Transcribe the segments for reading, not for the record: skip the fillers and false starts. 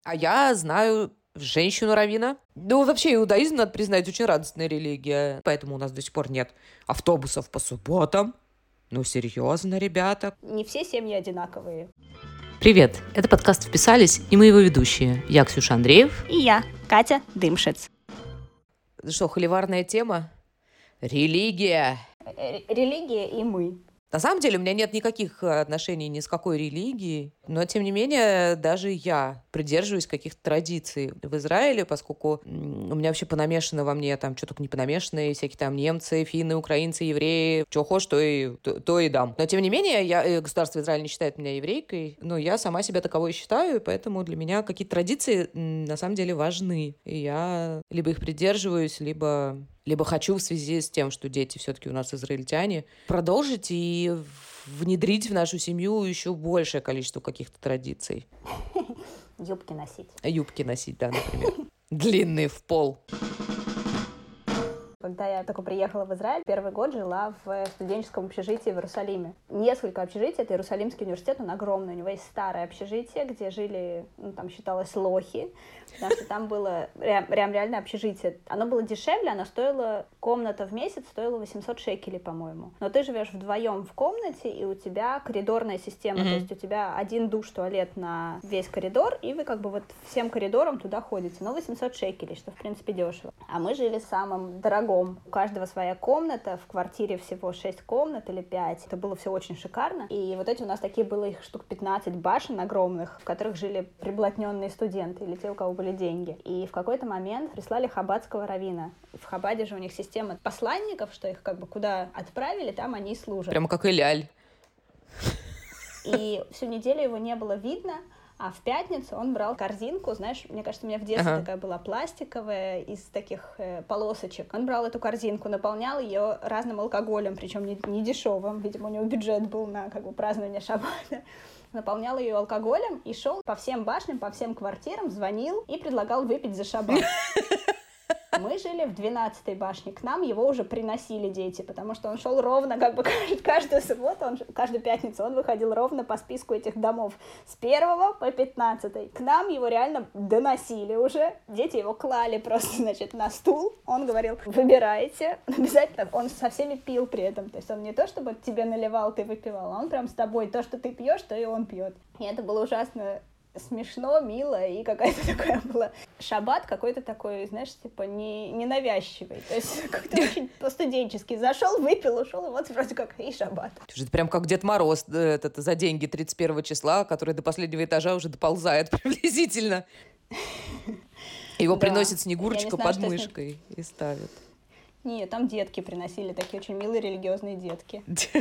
А я знаю женщину-раввина. Ну, вообще, иудаизм, надо признать, очень радостная религия. Поэтому у нас до сих пор нет автобусов по субботам. Ну, серьезно, ребята. Не все семьи одинаковые. Привет, это подкаст «Вписались», и мы его ведущие. Я Ксюша Андреев. И я, Катя Дымшиц. Что, холиварная тема? Религия. Религия и мы. На самом деле у меня нет никаких отношений ни с какой религией, но, тем не менее, даже я придерживаюсь каких-то традиций в Израиле, поскольку у меня вообще понамешано во мне, там, что только не понамешано, и всякие там немцы, финны, украинцы, евреи, что хочешь, то и дам. Но, тем не менее, государство Израиль не считает меня еврейкой, но я сама себя таковой считаю, и поэтому для меня какие-то традиции на самом деле важны. И я либо их придерживаюсь, либо хочу в связи с тем, что дети все-таки у нас израильтяне, продолжить и внедрить в нашу семью еще большее количество каких-то традиций. Юбки носить. Юбки носить, да, например. Длинные в пол. Когда я только приехала в Израиль, первый год жила в студенческом общежитии в Иерусалиме. Несколько общежитий, это Иерусалимский университет, он огромный. У него есть старое общежитие, где жили, там считалось лохи, потому что там было прям реально общежитие. Оно было дешевле, оно стоило, комната в месяц стоила 800 шекелей, по-моему. Но ты живешь вдвоем в комнате, и у тебя коридорная система, то есть у тебя один душ, туалет на весь коридор, и вы как бы вот всем коридором туда ходите. Но 800 шекелей, что в принципе дешево. А мы жили в самом дорогом. У каждого своя комната, в квартире всего 6 комнат или 5. Это было все очень шикарно. И вот эти у нас такие было их штук 15 башен огромных, в которых жили приблотненные студенты или те, у кого были деньги. И в какой-то момент прислали хаббатского раввина. В Хабаде же у них система посланников, что их как бы куда отправили, там они и служат. Прямо как Эляль. И всю неделю его не было видно. А в пятницу он брал корзинку, знаешь, мне кажется, у меня в детстве такая была пластиковая, из таких полосочек. Он брал эту корзинку, наполнял ее разным алкоголем, причем не дешевым, видимо, у него бюджет был на как бы празднование шаббата. Наполнял ее алкоголем и шел по всем башням, по всем квартирам, звонил и предлагал выпить за шаббат. Мы жили в 12-й башне, к нам его уже приносили дети, потому что он шел ровно, как бы каждую субботу, каждую пятницу он выходил ровно по списку этих домов с 1 по 15. К нам его реально доносили уже, дети его клали просто, значит, на стул, он говорил, выбирайте, обязательно, он со всеми пил при этом, то есть он не то, чтобы тебе наливал, ты выпивал, а он прям с тобой, то, что ты пьешь, то и он пьет. И это было ужасно смешно, мило, и какая-то такая была... Шаббат какой-то такой, знаешь, типа ненавязчивый. То есть как-то очень по-студенчески. Зашел, выпил, ушел, и вот вроде как и шаббат. Это прям как Дед Мороз за деньги 31 числа, который до последнего этажа уже доползает приблизительно. Его приносит Снегурочка под мышкой и ставит. Нет, там детки приносили, такие очень милые религиозные детки.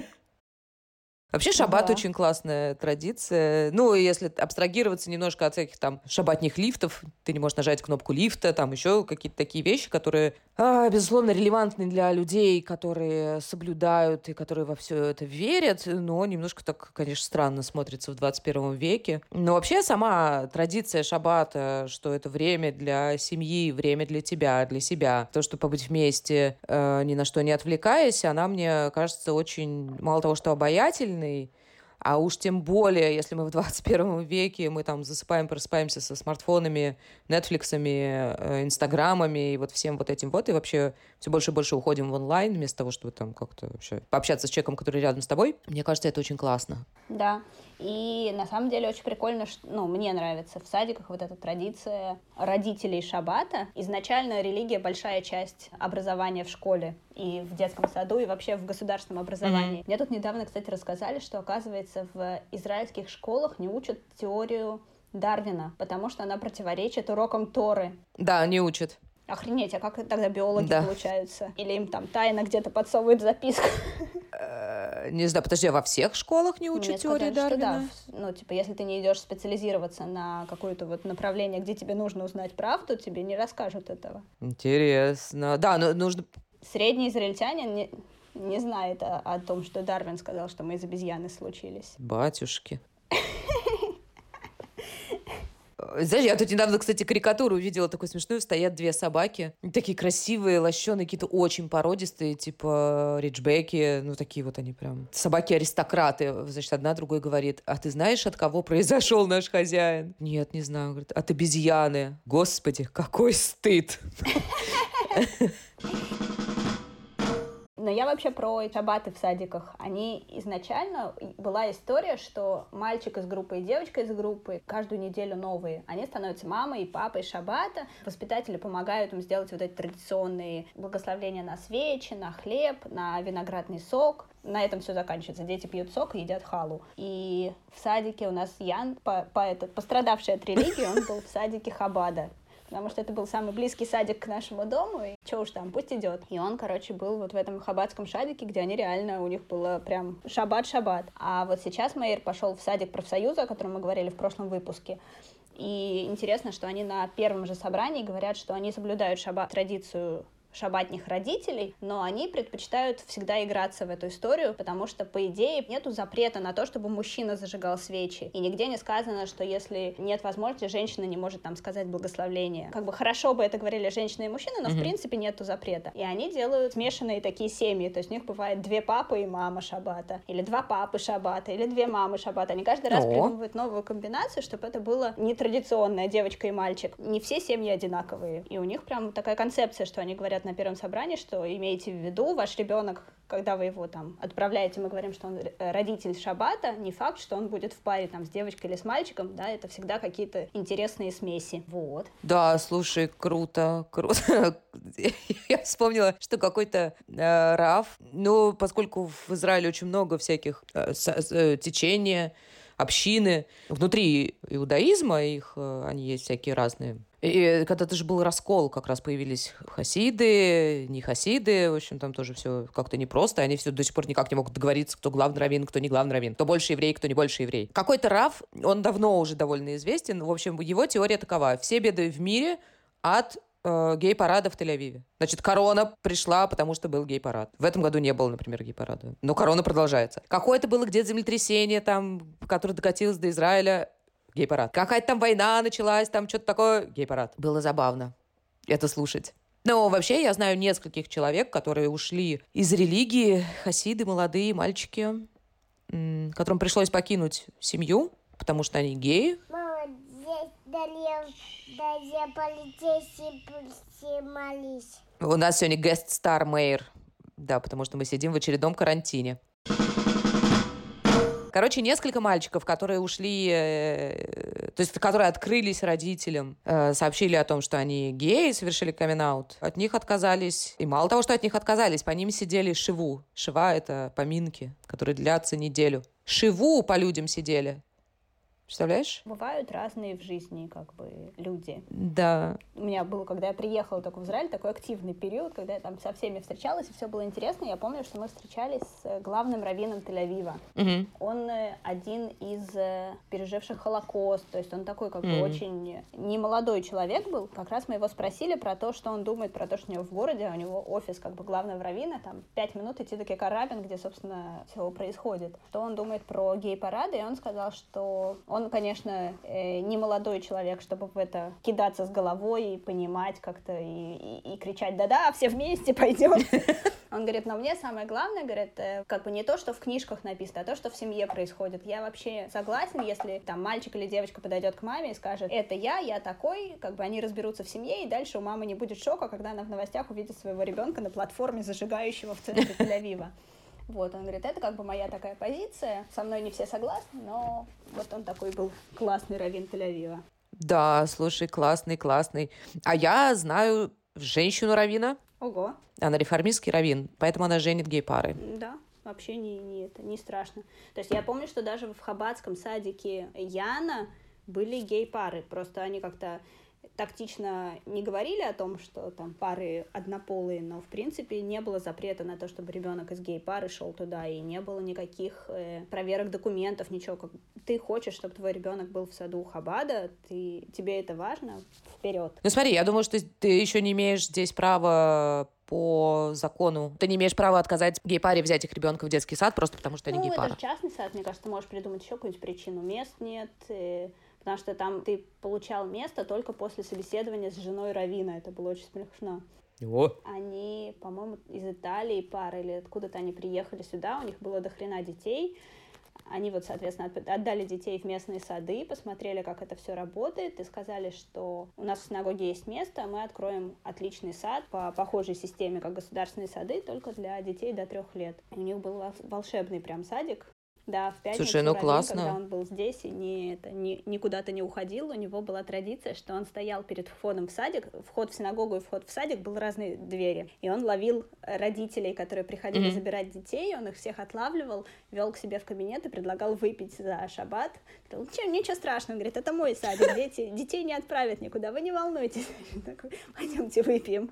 Вообще шаббат очень классная традиция. Ну, если абстрагироваться немножко от всяких там шаббатных лифтов, ты не можешь нажать кнопку лифта, там еще какие-то такие вещи, которые, безусловно, релевантны для людей, которые соблюдают и которые во все это верят, но немножко так, конечно, странно смотрится в 21 веке. Но вообще сама традиция шаббата, что это время для семьи, время для тебя, для себя, то, что побыть вместе, ни на что не отвлекаясь, она, мне кажется, очень, мало того, что обаятельной, а уж тем более, если мы в 21 веке, мы там засыпаем, просыпаемся со смартфонами, нетфликсами, инстаграмами и вот всем вот этим вот, и вообще все больше и больше уходим в онлайн, вместо того, чтобы там как-то вообще пообщаться с человеком, который рядом с тобой. Мне кажется, это очень классно. Да, и на самом деле очень прикольно, что, мне нравится в садиках вот эта традиция родителей шаббата. Изначально религия — большая часть образования в школе и в детском саду, и вообще в государственном образовании. Мне тут недавно, кстати, рассказали, что, оказывается, в израильских школах не учат теорию Дарвина, потому что она противоречит урокам Торы. Да, не учат. Охренеть, а как тогда биологи получаются? Или им там тайно где-то подсовывают записку? Не знаю, подожди, а во всех школах не учат теории Дарвина? Да. Если ты не идешь специализироваться на какое-то вот направление, где тебе нужно узнать правду, тебе не расскажут этого. Интересно. Да, но нужно... Средний израильтянин не знает о том, что Дарвин сказал, что мы из обезьяны случились. Батюшки. Знаешь, я тут недавно, кстати, карикатуру увидела такую смешную. Стоят две собаки. Такие красивые, лощеные, какие-то очень породистые, типа риджбеки. Ну, такие вот они прям. Собаки-аристократы. Значит, одна другой говорит: а ты знаешь, от кого произошел наш хозяин? Нет, не знаю. Говорит: от обезьяны. Господи, какой стыд. Но я вообще про шабаты в садиках. Они изначально... Была история, что мальчик из группы и девочка из группы каждую неделю новые. Они становятся мамой и папой шабата. Воспитатели помогают им сделать вот эти традиционные благословления на свечи, на хлеб, на виноградный сок. На этом все заканчивается. Дети пьют сок и едят халу. И в садике у нас Ян, пострадавший от религии, он был в садике Хабада. Потому что это был самый близкий садик к нашему дому, и что уж там, пусть идет. И он, был вот в этом хаббатском садике, где они реально, у них было прям шаббат-шаббат. А вот сейчас Мейер пошел в садик профсоюза, о котором мы говорили в прошлом выпуске. И интересно, что они на первом же собрании говорят, что они соблюдают шаббат, традицию шаббатних родителей, но они предпочитают всегда играться в эту историю, потому что, по идее, нету запрета на то, чтобы мужчина зажигал свечи. И нигде не сказано, что если нет возможности, женщина не может там сказать благословление. Хорошо бы это говорили женщина и мужчина, но в принципе нету запрета. И они делают смешанные такие семьи, то есть у них бывает 2 папы и мама шаббата, или 2 папы шаббата, или 2 мамы шаббата. Они каждый раз придумывают новую комбинацию, чтобы это было нетрадиционное, девочка и мальчик. Не все семьи одинаковые. И у них прям такая концепция, что они говорят на первом собрании, что имейте в виду, ваш ребенок, когда вы его там отправляете, мы говорим, что он родитель шаббата, не факт, что он будет в паре там с девочкой или с мальчиком, да, это всегда какие-то интересные смеси. Вот. Да, слушай, круто. Я вспомнила, что какой-то рав, поскольку в Израиле очень много всяких течений, общины, внутри иудаизма они есть всякие разные. И когда-то же был раскол, как раз появились хасиды, не хасиды, в общем, там тоже все как-то непросто, они все до сих пор никак не могут договориться, кто главный раввин, кто не главный раввин, кто больше еврей, кто не больше еврей. Какой-то рав, он давно уже довольно известен, в общем, его теория такова: все беды в мире от гей-парада в Тель-Авиве. Значит, корона пришла, потому что был гей-парад. В этом году не было, например, гей-парада. Но корона продолжается. Какое-то было где-то землетрясение, там, которое докатилось до Израиля. Гей-парад. Какая-то там война началась, там что-то такое. Гей-парад. Было забавно это слушать. Но вообще я знаю нескольких человек, которые ушли из религии, хасиды, молодые мальчики, которым пришлось покинуть семью, потому что они геи. Мама, здесь даже полицейские молись. У нас сегодня guest-star Мейер. Да, потому что мы сидим в очередном карантине. Короче, несколько мальчиков, которые ушли, то есть которые открылись родителям, сообщили о том, что они геи, совершили камин-аут. От них отказались. И мало того, что от них отказались, по ним сидели шиву. Шива — это поминки, которые длятся неделю. Шиву по людям сидели. Представляешь? Бывают разные в жизни люди. Да. У меня был, когда я приехала только в Израиль, такой активный период, когда я там со всеми встречалась, и все было интересно. Я помню, что мы встречались с главным раввином Тель-Авива. Угу. Он один из переживших Холокост, то есть он такой очень немолодой человек был. Как раз мы его спросили про то, что он думает про то, что у него в городе, у него офис главного раввина, там 5 минут идти до Кикар-Рабин, где, собственно, все происходит. Что он думает про гей-парады, и он сказал, что он, конечно, не молодой человек, чтобы в это кидаться с головой и понимать как-то, и кричать: да-да, все вместе пойдем. Он говорит: но мне самое главное, говорит, не то, что в книжках написано, а то, что в семье происходит. Я вообще согласен, если там мальчик или девочка подойдет к маме и скажет: это я такой, они разберутся в семье, и дальше у мамы не будет шока, когда она в новостях увидит своего ребенка на платформе, зажигающего в центре Тель-Авива. Вот, он говорит, это моя такая позиция, со мной не все согласны, но вот он такой был классный раввин Тель-Авива. Да, слушай, классный. А я знаю женщину-раввина. Ого. Она реформистский раввин, поэтому она женит гей-пары. Да, вообще не страшно. То есть я помню, что даже в хаббатском садике Яна были гей-пары, просто они как-то тактично не говорили о том, что там пары однополые, но в принципе не было запрета на то, чтобы ребенок из гей-пары шел туда, и не было никаких проверок документов, ничего. Ты хочешь, чтобы твой ребенок был в саду Хабада, тебе это важно, вперед. Ну смотри, я думаю, что ты еще не имеешь здесь права по закону. Ты не имеешь права отказать гей-паре взять их ребенка в детский сад просто потому, что они гей-пара. Это же частный сад, мне кажется, ты можешь придумать еще какую-нибудь причину. Мест нет, потому что там ты получал место только после собеседования с женой раввина. Это было очень смешно. Они, по-моему, из Италии пара или откуда-то они приехали сюда, у них было дохрена детей. Они вот, соответственно, отдали детей в местные сады, посмотрели, как это все работает, и сказали, что у нас в синагоге есть место, мы откроем отличный сад по похожей системе, как государственные сады, только для детей до 3 лет. И у них был волшебный прям садик. Да, в пятницу, слушай, ну классно. Когда он был здесь и никуда-то не уходил, у него была традиция, что он стоял перед входом в садик, вход в синагогу и вход в садик был разные двери, и он ловил родителей, которые приходили забирать детей, он их всех отлавливал, вел к себе в кабинет и предлагал выпить за шаббат. Ничего страшного, говорит, это мой садик, детей не отправят никуда, вы не волнуйтесь. Пойдемте выпьем.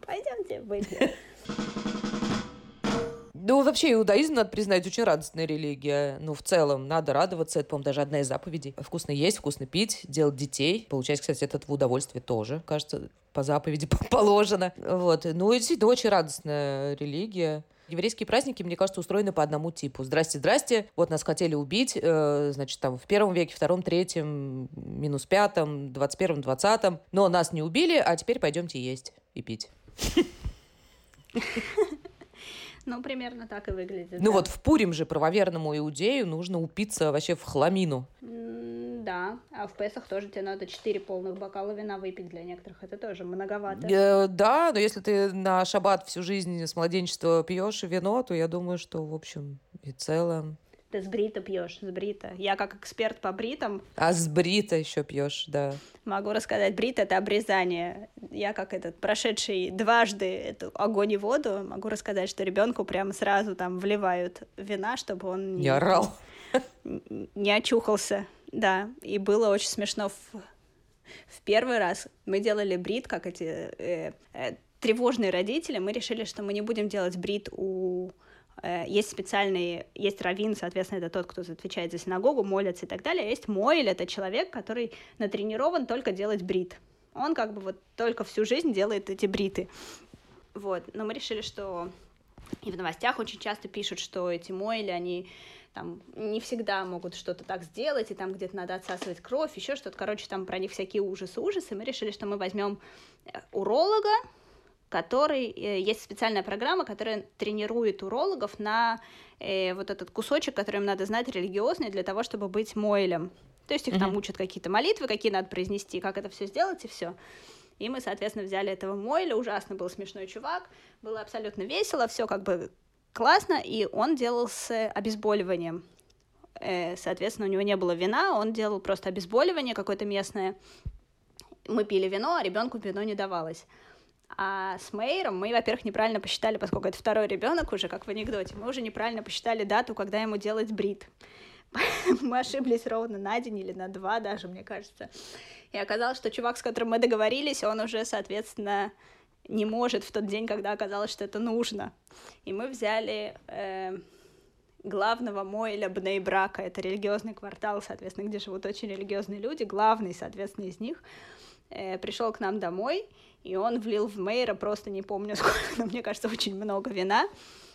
Ну, вообще, иудаизм, надо признать, очень радостная религия. Ну, в целом, надо радоваться. Это, по-моему, даже одна из заповедей. Вкусно есть, вкусно пить, делать детей. Получать, кстати, от этого удовольствие тоже, кажется, по заповеди положено. Вот. Ну, и действительно, очень радостная религия. Еврейские праздники, мне кажется, устроены по одному типу. Здрасте. Вот нас хотели убить, значит, там, в 1 веке, 2, 3, -5, 21, 20. Но нас не убили, а теперь пойдемте есть и пить. Ну, примерно так и выглядит. Ну, вот в Пурим же правоверному иудею нужно упиться вообще в хламину. Да, а в Песах тоже тебе надо 4 полных бокала вина выпить для некоторых. Это тоже многовато. Да, но если ты на шаббат всю жизнь с младенчества пьешь вино, то я думаю, что, в общем и целом... Ты с брита пьешь, с брита. Я как эксперт по бритам... А с брита еще пьешь, да. Могу рассказать, брит — это обрезание. Я как прошедший дважды эту огонь и воду, могу рассказать, что ребенку прямо сразу там вливают вина, чтобы он не орал. Не очухался. Да, и было очень смешно. В первый раз мы делали брит, как эти тревожные родители. Мы решили, что мы не будем делать брит есть раввин, соответственно, это тот, кто отвечает за синагогу, молится и так далее. Есть моэль, это человек, который натренирован только делать брит. Он как бы вот только всю жизнь делает эти бриты. Вот. Но мы решили, что... И в новостях очень часто пишут, что эти моэли, они там не всегда могут что-то так сделать, и там где-то надо отсасывать кровь, еще что-то. Короче, там про них всякие ужасы. Мы решили, что мы возьмем уролога, есть специальная программа, которая тренирует урологов на вот этот кусочек, который им надо знать, религиозный, для того, чтобы быть моэлем. То есть их там учат какие-то молитвы, какие надо произнести, как это все сделать, и все. И мы, соответственно, взяли этого моэля, ужасно был смешной чувак, было абсолютно весело, все как бы классно, и он делал с обезболиванием. Соответственно, у него не было вина, он делал просто обезболивание какое-то местное. Мы пили вино, а ребенку вино не давалось. А с Мейером мы, во-первых, неправильно посчитали, поскольку это 2-й ребенок уже, как в анекдоте, мы уже неправильно посчитали дату, когда ему делать брит. Мы ошиблись ровно на день или на 2 даже, мне кажется. И оказалось, что чувак, с которым мы договорились, он уже, соответственно, не может в тот день, когда оказалось, что это нужно. И мы взяли главного моэля Бней-Брака, это религиозный квартал, соответственно, где живут очень религиозные люди, главный, соответственно, из них, пришел к нам домой, и он влил в Мейера, просто не помню сколько, но мне кажется, очень много вина.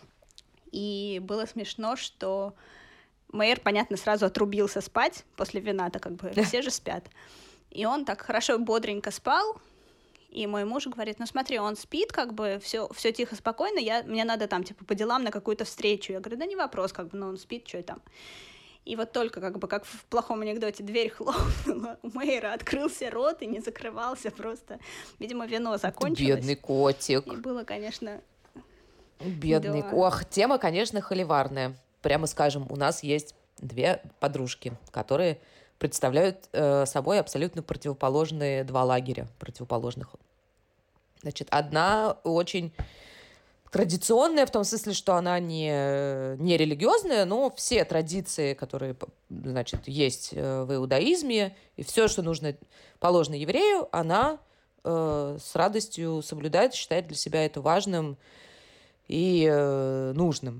И было смешно, что Мейер, понятно, сразу отрубился спать после вина-то, как бы все же спят. И он так хорошо, бодренько спал, и мой муж говорит, ну смотри, он спит, как бы все тихо, спокойно, мне надо там, типа, по делам на какую-то встречу. Я говорю, да не вопрос, как бы, ну он спит, что там. И вот только, как бы, как в плохом анекдоте, дверь хлопнула, у Мейера открылся рот и не закрывался просто. Видимо, вино закончилось. Бедный котик. И было, конечно... Бедный. Да. Ох, тема, конечно, холиварная. Прямо скажем, у нас есть 2 подружки, которые представляют собой абсолютно противоположные 2 лагеря противоположных. Значит, одна очень... традиционная, в том смысле, что она не религиозная, но все традиции, которые, значит, есть в иудаизме, и все, что положено еврею, она с радостью соблюдает, считает для себя это важным и нужным.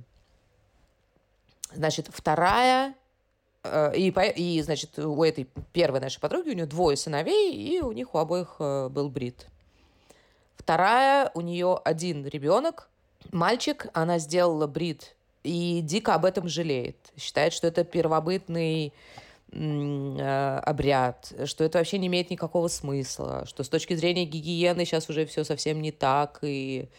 Значит, вторая... И, значит, у этой первой нашей подруги, у нее 2 сыновей, и у них у обоих был брит. Вторая, у нее 1 ребенок, мальчик, она сделала брит и дико об этом жалеет. Считает, что это первобытный обряд, что это вообще не имеет никакого смысла, что с точки зрения гигиены сейчас уже все совсем не так, и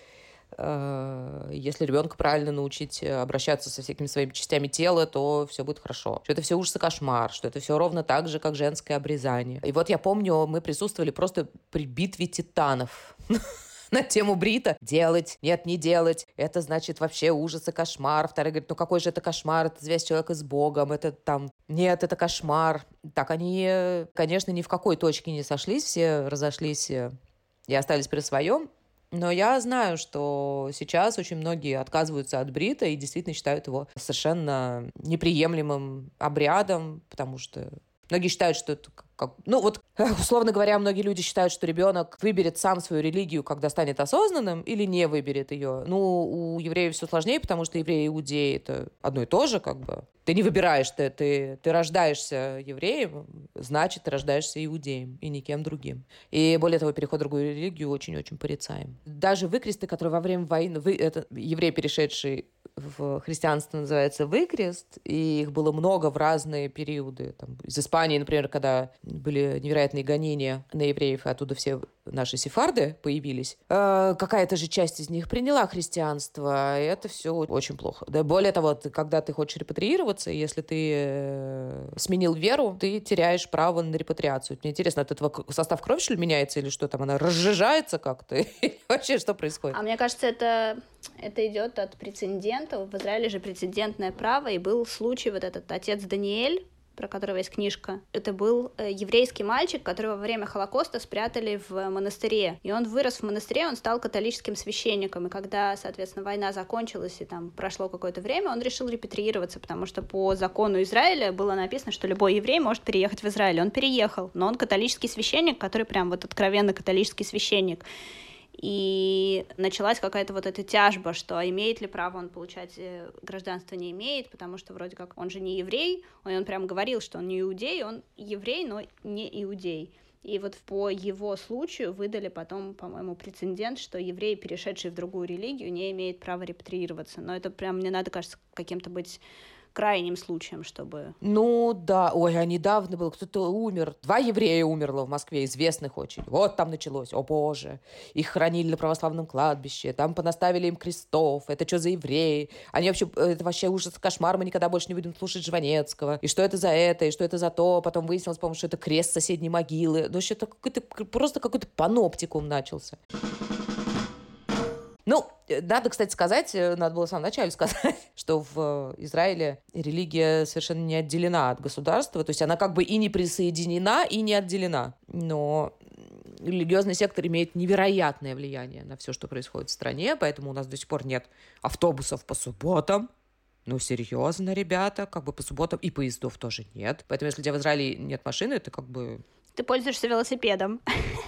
если ребенка правильно научить обращаться со всякими своими частями тела, то все будет хорошо. Что это все ужас и кошмар, что это все ровно так же, как женское обрезание. И вот я помню, мы присутствовали просто при битве титанов на тему брита. Делать, нет, не делать. Это значит вообще ужас и кошмар. Вторая говорит, ну какой же это кошмар? Это связь человека с Богом. Это там... Нет, это кошмар. Так они, конечно, ни в какой точке не сошлись. Все разошлись и остались при своем. Но я знаю, что сейчас очень многие отказываются от брита и действительно считают его совершенно неприемлемым обрядом, потому что многие считают, что это условно говоря, многие люди считают, что ребенок выберет сам свою религию, когда станет осознанным, или не выберет ее. Ну, у евреев все сложнее, потому что евреи и иудеи — это одно и то же, как бы. Ты не выбираешь, ты рождаешься евреем, значит, ты рождаешься иудеем и никем другим. И более того, переход в другую религию очень-очень порицаем. Даже выкресты, которые во время войны... Это еврей, перешедший в христианство, называется выкрест, и их было много в разные периоды. Там, из Испании, например, когда были невероятные гонения на евреев, и оттуда все наши сефарды появились. Какая-то же часть из них приняла христианство, и это все очень плохо. Да, более того, когда ты хочешь репатриироваться, если ты сменил веру, ты теряешь право на репатриацию. Мне интересно, от этого состав крови, что ли, меняется, или что там, она разжижается как-то? Или вообще что происходит? А мне кажется, это идет от прецедентов. В Израиле же прецедентное право, и был случай, вот этот отец Даниэль, про которого есть книжка. Это был еврейский мальчик, которого во время Холокоста спрятали в монастыре. И он вырос в монастыре, он стал католическим священником. И когда, соответственно, война закончилась и там прошло какое-то время, он решил репатриироваться, потому что по закону Израиля было написано, что любой еврей может переехать в Израиль. Он переехал, но он католический священник, который прям вот откровенно католический священник. И началась какая-то вот эта тяжба, что имеет ли право он получать гражданство, не имеет, потому что вроде как он же не еврей, он прям говорил, что он не иудей, он еврей, но не иудей. И вот по его случаю выдали потом, по-моему, прецедент, что еврей, перешедший в другую религию, не имеет права репатриироваться. Но это прям, мне надо, кажется, каким-то быть крайним случаем, чтобы... Ну да, ой, а недавно был, кто-то умер, 2 еврея умерло в Москве, известных очень. Вот там началось, о боже, их хоронили на православном кладбище, там понаставили им крестов, это что за евреи? Они вообще, это вообще ужас, кошмар, мы никогда больше не будем слушать Жванецкого. И что это за это, и что это за то, потом выяснилось, по-моему, что это крест соседней могилы. Ну, вообще, это просто какой-то паноптикум начался. Ну, надо, кстати, сказать, надо было в самом начале сказать, что в Израиле религия совершенно не отделена от государства, то есть она как бы и не присоединена, и не отделена. Но религиозный сектор имеет невероятное влияние на все, что происходит в стране, поэтому у нас до сих пор нет автобусов по субботам. Ну, серьезно, ребята, как бы по субботам, и поездов тоже нет. Поэтому если у тебя в Израиле нет машины, ты как бы... Ты пользуешься велосипедом.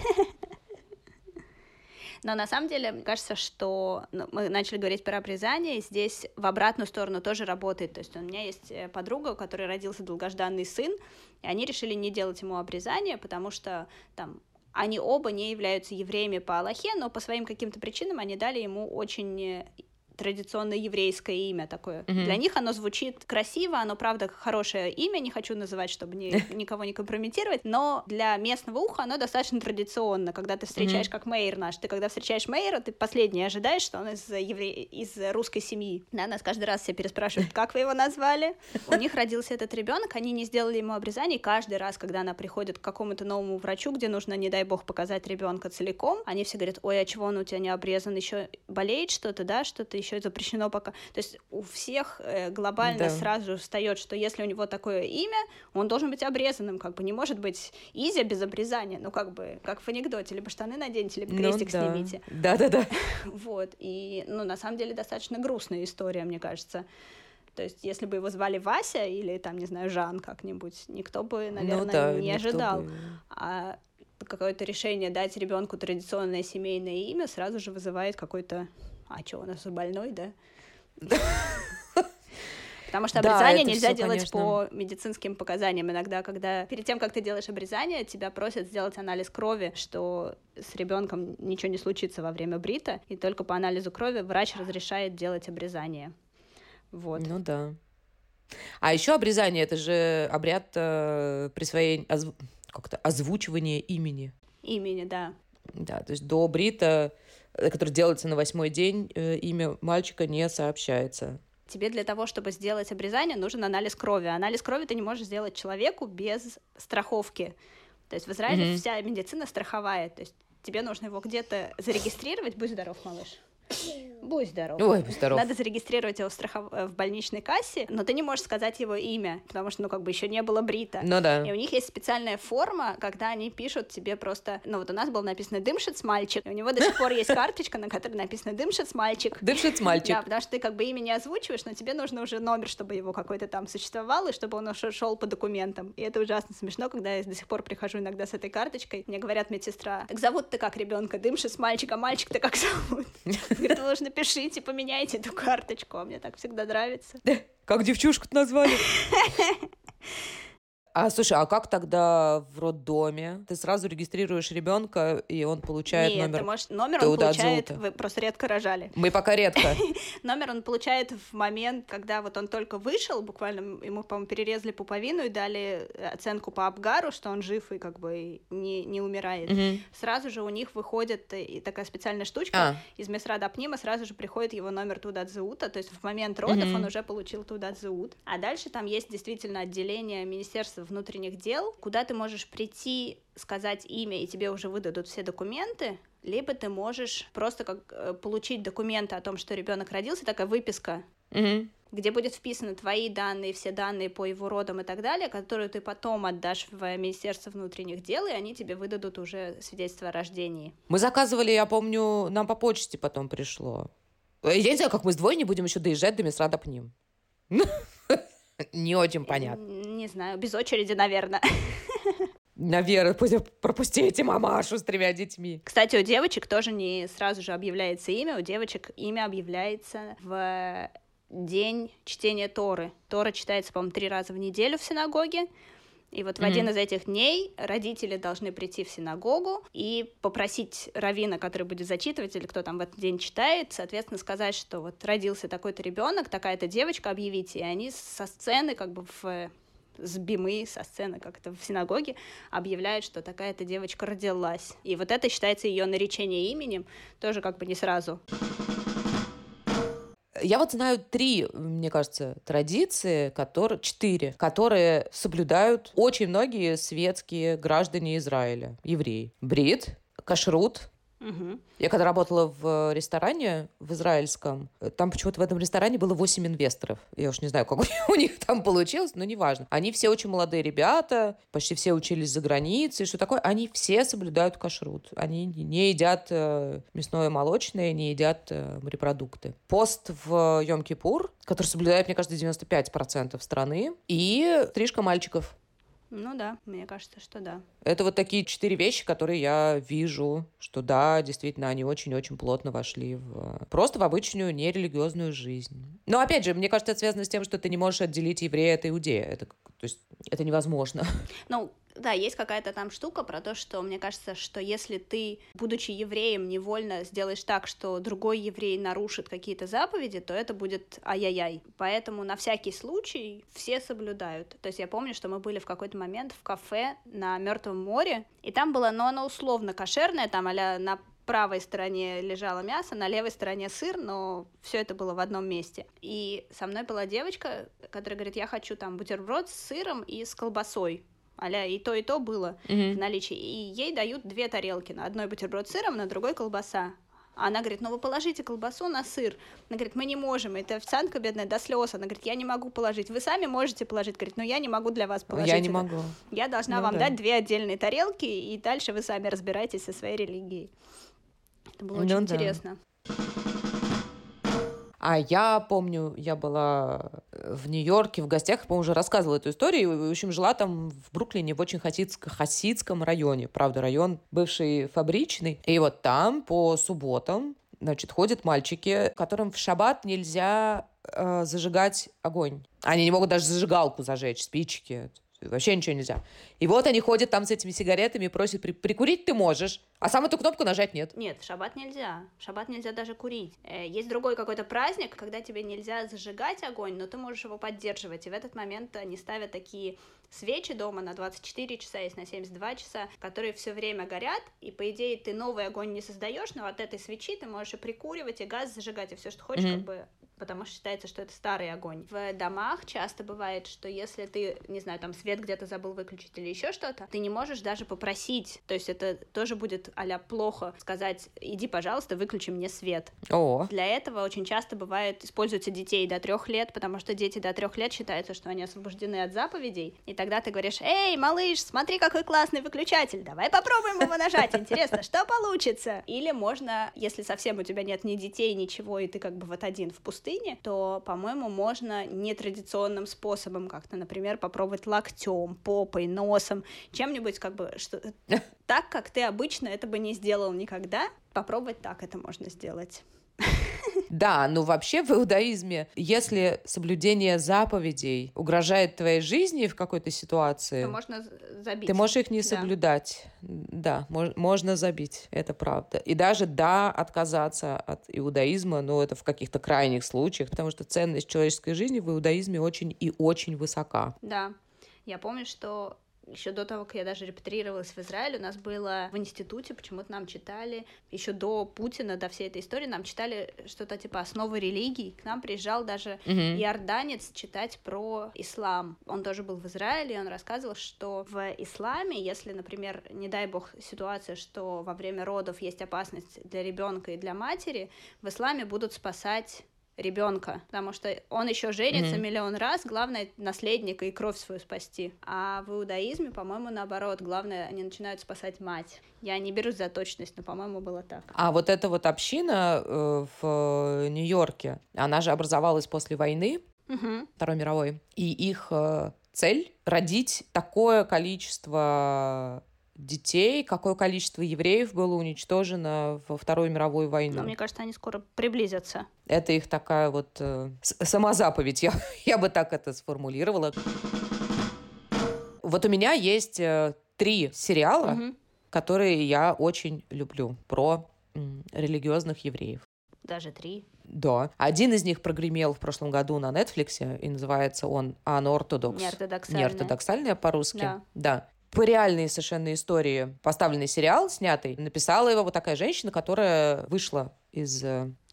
Но на самом деле, мне кажется, что мы начали говорить про обрезание, и здесь в обратную сторону тоже работает. То есть у меня есть подруга, у которой родился долгожданный сын, и они решили не делать ему обрезание, потому что там они оба не являются евреями по Аллахе, но по своим каким-то причинам они дали ему очень традиционное еврейское имя такое. Mm-hmm. Для них оно звучит красиво, оно, правда, хорошее имя, не хочу называть, чтобы никого не компрометировать, но для местного уха оно достаточно традиционно, когда ты встречаешь, как Мейер наш, ты когда встречаешь Мейера, ты последний ожидаешь, что он из русской семьи. Да, нас каждый раз все переспрашивают, как вы его назвали? У них родился этот ребенок, они не сделали ему обрезание, и каждый раз, когда она приходит к какому-то новому врачу, где нужно, не дай бог, показать ребенка целиком, они все говорят, ой, а чего он у тебя не обрезан, еще болеет что-то, да, что-то еще запрещено пока. То есть у всех глобально сразу же встает, что если у него такое имя, он должен быть обрезанным, как бы не может быть Изя без обрезания, ну как бы, как в анекдоте, либо штаны наденьте, либо крестик снимите. Да-да-да. Вот, и, ну, на самом деле, достаточно грустная история, мне кажется. То есть, если бы его звали Вася или, там, не знаю, Жан как-нибудь, никто бы, наверное, не ожидал. А какое-то решение дать ребенку традиционное семейное имя сразу же вызывает какой-то а что, у нас больной, да? Потому что обрезание нельзя делать по медицинским показаниям. Иногда, когда перед тем, как ты делаешь обрезание, тебя просят сделать анализ крови, что с ребенком ничего не случится во время брита, и только по анализу крови врач разрешает делать обрезание. Вот. Ну да. А еще обрезание — это же обряд присвоения, как-то озвучивания имени. Имени, да. Да, то есть до брита, который делается на 8-й день, имя мальчика не сообщается. Тебе для того, чтобы сделать обрезание, нужен анализ крови. Анализ крови ты не можешь сделать человеку без страховки. То есть в Израиле вся медицина страховая. То есть тебе нужно его где-то зарегистрировать. Будь здоров, малыш. Будь здоров. Ой, будь здоров. Надо зарегистрировать его в больничной кассе, но ты не можешь сказать его имя, потому что, еще не было брита. Ну да. И у них есть специальная форма, когда они пишут тебе просто... у нас было написано «Дымшиц мальчик», и у него до сих пор есть карточка, на которой написано «Дымшиц мальчик». Дымшиц мальчик. Да, потому что ты имя не озвучиваешь, но тебе нужно уже номер, чтобы его какой-то там существовал, и чтобы он уже шел по документам. И это ужасно смешно, когда я до сих пор прихожу иногда с этой карточкой, мне говорят медсестра: «Так зовут-то как ребенка? Дымшиц мальчик, а мальчик-то как зовут?» Говорит: «Вы уж напишите, поменяйте эту карточку», а мне так всегда нравится. Как девчушку-то назвали? Слушай, а как тогда в роддоме? Ты сразу регистрируешь ребенка, и он получает номер? Нет, номер он получает, вы просто редко рожали. Мы пока редко. Номер он получает в момент, когда он только вышел, буквально ему, по-моему, перерезали пуповину и дали оценку по Апгару, что он жив и не умирает. Сразу же у них выходит и такая специальная штучка, из Месрад Апнима сразу же приходит его номер Тудат Зеута, то есть в момент родов он уже получил Тудат Зеут. А дальше там есть действительно отделение Министерства внутренних дел, куда ты можешь прийти, сказать имя, и тебе уже выдадут все документы, либо ты можешь просто получить документы о том, что ребенок родился, такая выписка, где будет вписаны твои данные, все данные по его родам и так далее, которую ты потом отдашь в Министерство внутренних дел, и они тебе выдадут уже свидетельство о рождении. Мы заказывали, я помню, нам по почте потом пришло. Я не знаю, как мы с двойней будем еще доезжать до Месрад Апним. Не очень понятно. Не знаю, без очереди, наверное. Наверное, пропустите мамашу с 3 детьми. Кстати, у девочек тоже не сразу же объявляется имя. У девочек имя объявляется в день чтения Торы. Тора читается, по-моему, 3 раза в неделю в синагоге. И вот в один из этих дней родители должны прийти в синагогу и попросить раввина, который будет зачитывать, или кто там в этот день читает, соответственно, сказать, что вот родился такой-то ребенок, такая-то девочка, объявите. И они со сцены, с бимы, со сцены как-то в синагоге объявляют, что такая-то девочка родилась. И вот это считается ее наречение именем, тоже не сразу. Я вот знаю 3, мне кажется, традиции, 4, которые соблюдают очень многие светские граждане Израиля, евреи. Брит, кашрут. Я когда работала в ресторане в израильском, там почему-то в этом ресторане было 8 инвесторов. Я уж не знаю, как у них там получилось, но неважно. Они все очень молодые ребята, почти все учились за границей, что такое. Они все соблюдают кашрут. Они не едят мясное и молочное, не едят морепродукты. Пост в Йом-Кипур, который соблюдает, мне кажется, 95% страны, и стрижка мальчиков. Ну да, мне кажется, что да. Это вот такие 4 вещи, которые я вижу, что да, действительно, они очень-очень плотно вошли просто в обычную нерелигиозную жизнь. Но опять же, мне кажется, это связано с тем, что ты не можешь отделить еврея от иудея. То есть это невозможно. Да, есть какая-то там штука про то, что мне кажется, что если ты, будучи евреем, невольно сделаешь так, что другой еврей нарушит какие-то заповеди, то это будет ай-яй-яй. Поэтому на всякий случай все соблюдают. То есть я помню, что мы были в какой-то момент в кафе на Мертвом море, и там было, оно условно кошерное, там а-ля на правой стороне лежало мясо, на левой стороне сыр, но все это было в одном месте. И со мной была девочка, которая говорит: я хочу там бутерброд с сыром и с колбасой. А-ля и то было в наличии. И ей дают 2 тарелки. На одной бутерброд с сыром, на другой колбаса. Она говорит: вы положите колбасу на сыр. Она говорит: мы не можем. Это официантка бедная до слез. Она говорит: я не могу положить. Вы сами можете положить. Говорит: я не могу для вас положить. Я не могу. Я должна вам дать 2 отдельные тарелки, и дальше вы сами разбирайтесь со своей религией. Это было очень интересно. А я помню, я была в Нью-Йорке в гостях, по-моему, уже рассказывала эту историю. В общем, жила там в Бруклине, в очень хасидском районе. Правда, район бывший фабричный. И вот там по субботам, ходят мальчики, которым в шаббат нельзя зажигать огонь. Они не могут даже зажигалку зажечь, спички. Вообще ничего нельзя. И вот они ходят там с этими сигаретами и просят: прикурить ты можешь, А сам эту кнопку нажать нет? Нет, в шаббат нельзя. В шаббат нельзя даже курить. Есть другой какой-то праздник, когда тебе нельзя зажигать огонь, но ты можешь его поддерживать. И в этот момент они ставят такие свечи дома на 24 часа, есть на 72 часа, которые все время горят, и, по идее, ты новый огонь не создаешь, но от этой свечи ты можешь и прикуривать, и газ зажигать, и все, что хочешь, как бы, потому что считается, что это старый огонь. В домах часто бывает, что если ты, не знаю, там свет где-то забыл выключить или еще что-то, ты не можешь даже попросить, то есть это тоже будет а-ля плохо сказать: иди, пожалуйста, выключи мне свет. Для этого очень часто бывает, используются детей до 3 лет, потому что дети до 3 лет считается, что они освобождены от заповедей, и тогда ты говоришь: эй, малыш, смотри, какой классный выключатель, давай попробуем его нажать, интересно, что получится? Или можно, если совсем у тебя нет ни детей, ничего, и ты как бы вот один в пустыне, то, по-моему, можно нетрадиционным способом как-то, например, попробовать локтем, попой, носом, чем-нибудь как бы, что так, как ты обычно это бы не сделал никогда, попробовать так это можно сделать. Да, но вообще в иудаизме, если соблюдение заповедей угрожает твоей жизни в какой-то ситуации, то можно забить. Ты можешь их не соблюдать. Да, можно забить, это правда. И даже, отказаться от иудаизма, но это в каких-то крайних случаях, потому что ценность человеческой жизни в иудаизме очень и очень высока. Да, я помню, что еще до того, как я даже репатрировалась в Израиль, у нас было в институте, почему-то нам читали, еще до Путина, до всей этой истории, нам читали что-то типа основы религий. К нам приезжал даже иорданец читать про ислам. Он тоже был в Израиле, и он рассказывал, что в исламе, если, например, не дай бог ситуация, что во время родов есть опасность для ребенка и для матери, в исламе будут спасать ребенка, потому что он еще женится миллион раз, главное наследника и кровь свою спасти. А в иудаизме, по-моему, наоборот, главное, они начинают спасать мать. Я не берусь за точность, но, по-моему, было так. А вот эта вот община в Нью-Йорке, она же образовалась после войны, Второй мировой, и их цель — родить такое количество детей, какое количество евреев было уничтожено во Вторую мировую войну. Но мне кажется, они скоро приблизятся. Это их такая вот самозаповедь, я бы так это сформулировала. Вот у меня есть 3 сериала, которые я очень люблю, про религиозных евреев. Даже 3? Да. Один из них прогремел в прошлом году на Netflix, и называется он «Unorthodox». Неортодоксальная по-русски. Да. По реальной совершенно истории поставленный сериал, снятый, написала его вот такая женщина, которая вышла из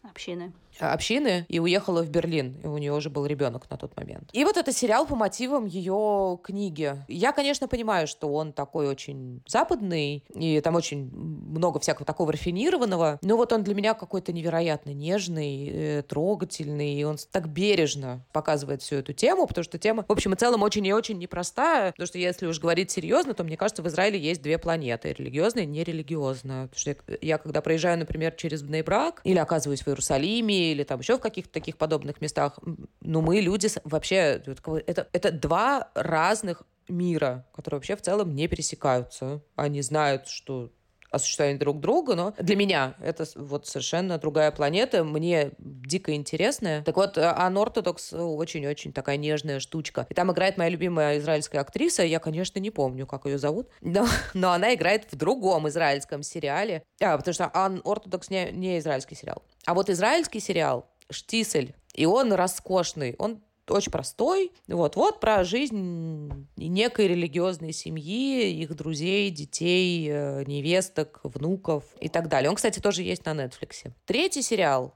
общины и уехала в Берлин. И у нее уже был ребенок на тот момент. И вот это сериал по мотивам ее книги. Я, конечно, понимаю, что он такой очень западный, и там очень много всякого такого рафинированного, но вот он для меня какой-то невероятно нежный, трогательный, и он так бережно показывает всю эту тему, потому что тема, в общем и целом, очень и очень непростая, потому что если уж говорить серьезно, то, мне кажется, в Израиле есть 2 планеты, религиозная и нерелигиозная. Потому что я когда проезжаю, например, через Бней-Брак, или оказываюсь в Иерусалиме, или там еще в каких-то таких подобных местах, ну, мы люди вообще... Это 2 разных мира, которые вообще в целом не пересекаются. Они знают, что о существовании друг друга, но для меня это вот совершенно другая планета, мне дико интересная. Так вот, Unorthodox очень-очень такая нежная штучка. И там играет моя любимая израильская актриса, я, конечно, не помню, как ее зовут, но она играет в другом израильском сериале, потому что Unorthodox не израильский сериал. А вот израильский сериал «Штисель», и он роскошный, он очень простой. Вот про жизнь некой религиозной семьи, их друзей, детей, невесток, внуков и так далее. Он, кстати, тоже есть на Netflix. 3-й сериал,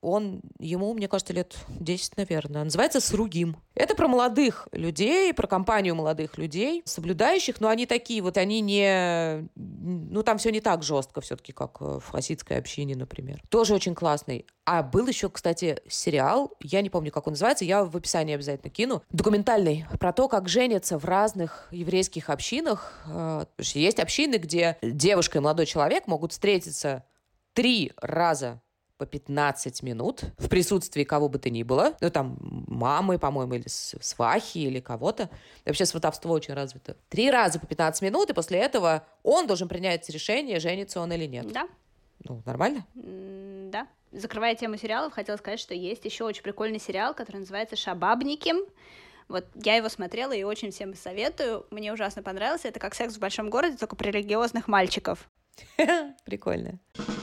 ему, мне кажется, лет 10, наверное, называется «Сругим». Это про молодых людей, про компанию молодых людей, соблюдающих, но они такие вот, они не... Ну, там все не так жестко все-таки, как в хасидской общине, например. Тоже очень классный. А был еще, кстати, сериал, я не помню, как он называется, я в описании обязательно кину, документальный, про то, как женятся в разных еврейских общинах. Есть общины, где девушка и молодой человек могут встретиться 3 раза по 15 минут в присутствии кого бы то ни было. Ну, там, мамы, по-моему, или свахи, или кого-то. Вообще сватовство очень развито. 3 раза по 15 минут, и после этого он должен принять решение, женится он или нет. Да. Ну, нормально? Да. Закрывая тему сериалов, хотела сказать, что есть еще очень прикольный сериал, который называется «Шабабники». Вот я его смотрела и очень всем советую. Мне ужасно понравился. Это как «Секс в большом городе», только про религиозных мальчиков. Прикольно.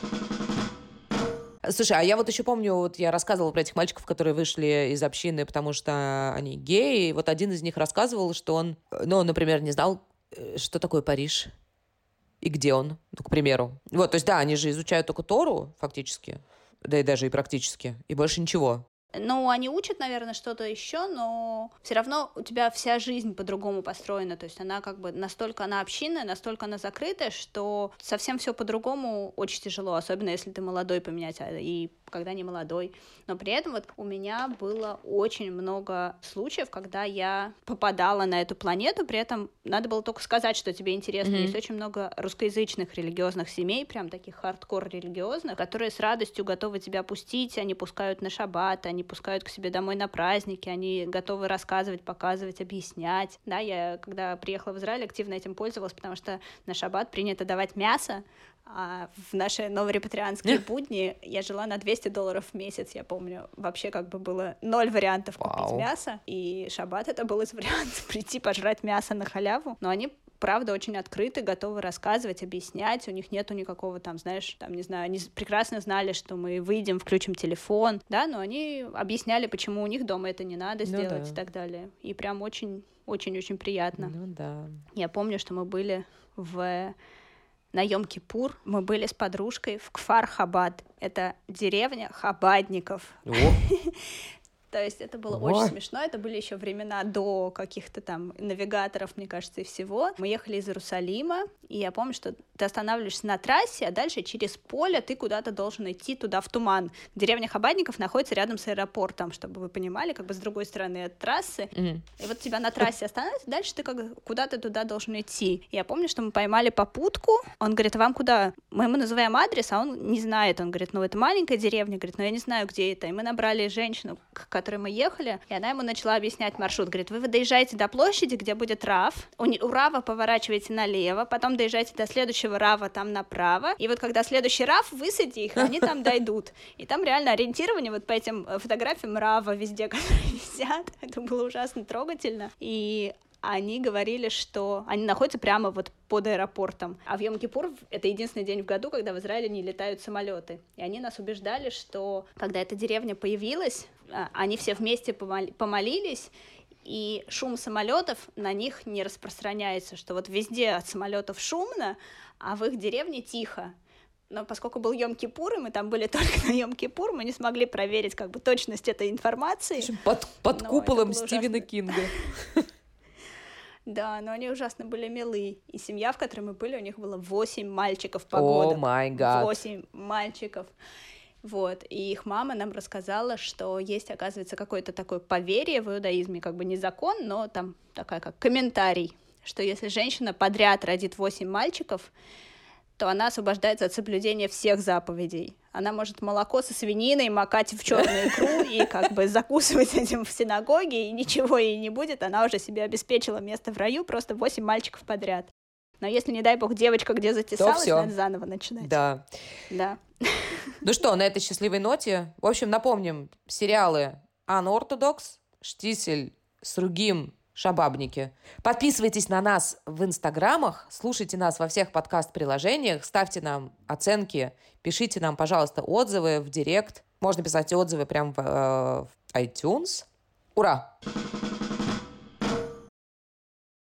Слушай, а я вот еще помню, вот я рассказывала про этих мальчиков, которые вышли из общины, потому что они геи. И вот один из них рассказывал, что он, ну, например, не знал, что такое Париж и где он, ну, к примеру. Вот, то есть, да, они же изучают только Тору, фактически, да и даже и практически, и больше ничего. Ну, они учат, наверное, что-то еще, но все равно у тебя вся жизнь по-другому построена, то есть она как бы настолько она общинная, настолько она закрытая, что совсем все по-другому очень тяжело, особенно если ты молодой поменять, и когда не молодой. Но при этом вот у меня было очень много случаев, когда я попадала на эту планету, при этом надо было только сказать, что тебе интересно. Есть очень много русскоязычных религиозных семей, прям таких хардкор-религиозных, которые с радостью готовы тебя пустить, они пускают на шаббат, они пускают к себе домой на праздники, они готовы рассказывать, показывать, объяснять. Да, я, когда приехала в Израиль, активно этим пользовалась, потому что на шаббат принято давать мясо, а в наши новорепатрианские будни я жила на $200 в месяц, я помню. Вообще как бы было 0 вариантов купить мясо, и шаббат это был из вариантов прийти пожрать мясо на халяву. Но они правда очень открыты, готовы рассказывать, объяснять, у них нету никакого там, знаешь, там, не знаю, они прекрасно знали, что мы выйдем, включим телефон, да, но они объясняли, почему у них дома это не надо сделать и так далее. И прям очень-очень-очень приятно. Ну да. Я помню, что мы были на Йом-Кипур, мы были с подружкой в Кфар-Хабад. Это деревня хабадников. То есть это было очень смешно, это были еще времена до каких-то там навигаторов, мне кажется, и всего. Мы ехали из Иерусалима, и я помню, что ты останавливаешься на трассе, а дальше через поле ты куда-то должен идти туда в туман. Деревня Хабадников находится рядом с аэропортом, чтобы вы понимали, как бы с другой стороны от трассы. И вот тебя на трассе останавливают, дальше ты как куда-то туда должен идти. И я помню, что мы поймали попутку, он говорит: а вам куда? Мы ему называем адрес, а он не знает, он говорит: ну это маленькая деревня, говорит, но я не знаю, где это. И мы набрали женщину, к которой мы ехали, и она ему начала объяснять маршрут. Говорит: вы доезжаете до площади, где будет Рав, у Рава поворачиваете налево, потом доезжаете до следующего Рава, там направо, и вот когда следующий Рав, высади их, они там дойдут. И там реально ориентирование вот по этим фотографиям Рава везде, которые висят. Это было ужасно трогательно. И они говорили, что они находятся прямо вот под аэропортом. А в Йом-Кипур это единственный день в году, когда в Израиле не летают самолеты. И они нас убеждали, что когда эта деревня появилась, они все вместе помолились, и шум самолетов на них не распространяется, что вот везде от самолетов шумно, а в их деревне тихо. Но поскольку был Йом-Кипур, и мы там были только на Йом-Кипур, мы не смогли проверить как бы точность этой информации. Под куполом Стивена Кинга. Да, но они ужасно были милые. И семья, в которой мы были, у них было 8 мальчиков погодок. О май гад. 8 мальчиков. Вот, и их мама нам рассказала, что есть, оказывается, какое-то такое поверье в иудаизме, как бы не закон, но там такая как комментарий, что если женщина подряд родит 8 мальчиков, то она освобождается от соблюдения всех заповедей. Она может молоко со свининой макать в черную икру и как бы закусывать этим в синагоге, и ничего ей не будет, она уже себе обеспечила место в раю, просто 8 мальчиков подряд. Но если, не дай бог, девочка где затесалась, надо заново начинать. Да. Да. Ну что, на этой счастливой ноте, в общем, напомним, сериалы «Unorthodox», «Штисель», «Сругим», «Шабабники». Подписывайтесь на нас в инстаграмах, слушайте нас во всех подкаст-приложениях, ставьте нам оценки, пишите нам, пожалуйста, отзывы в директ. Можно писать отзывы прямо в iTunes. Ура!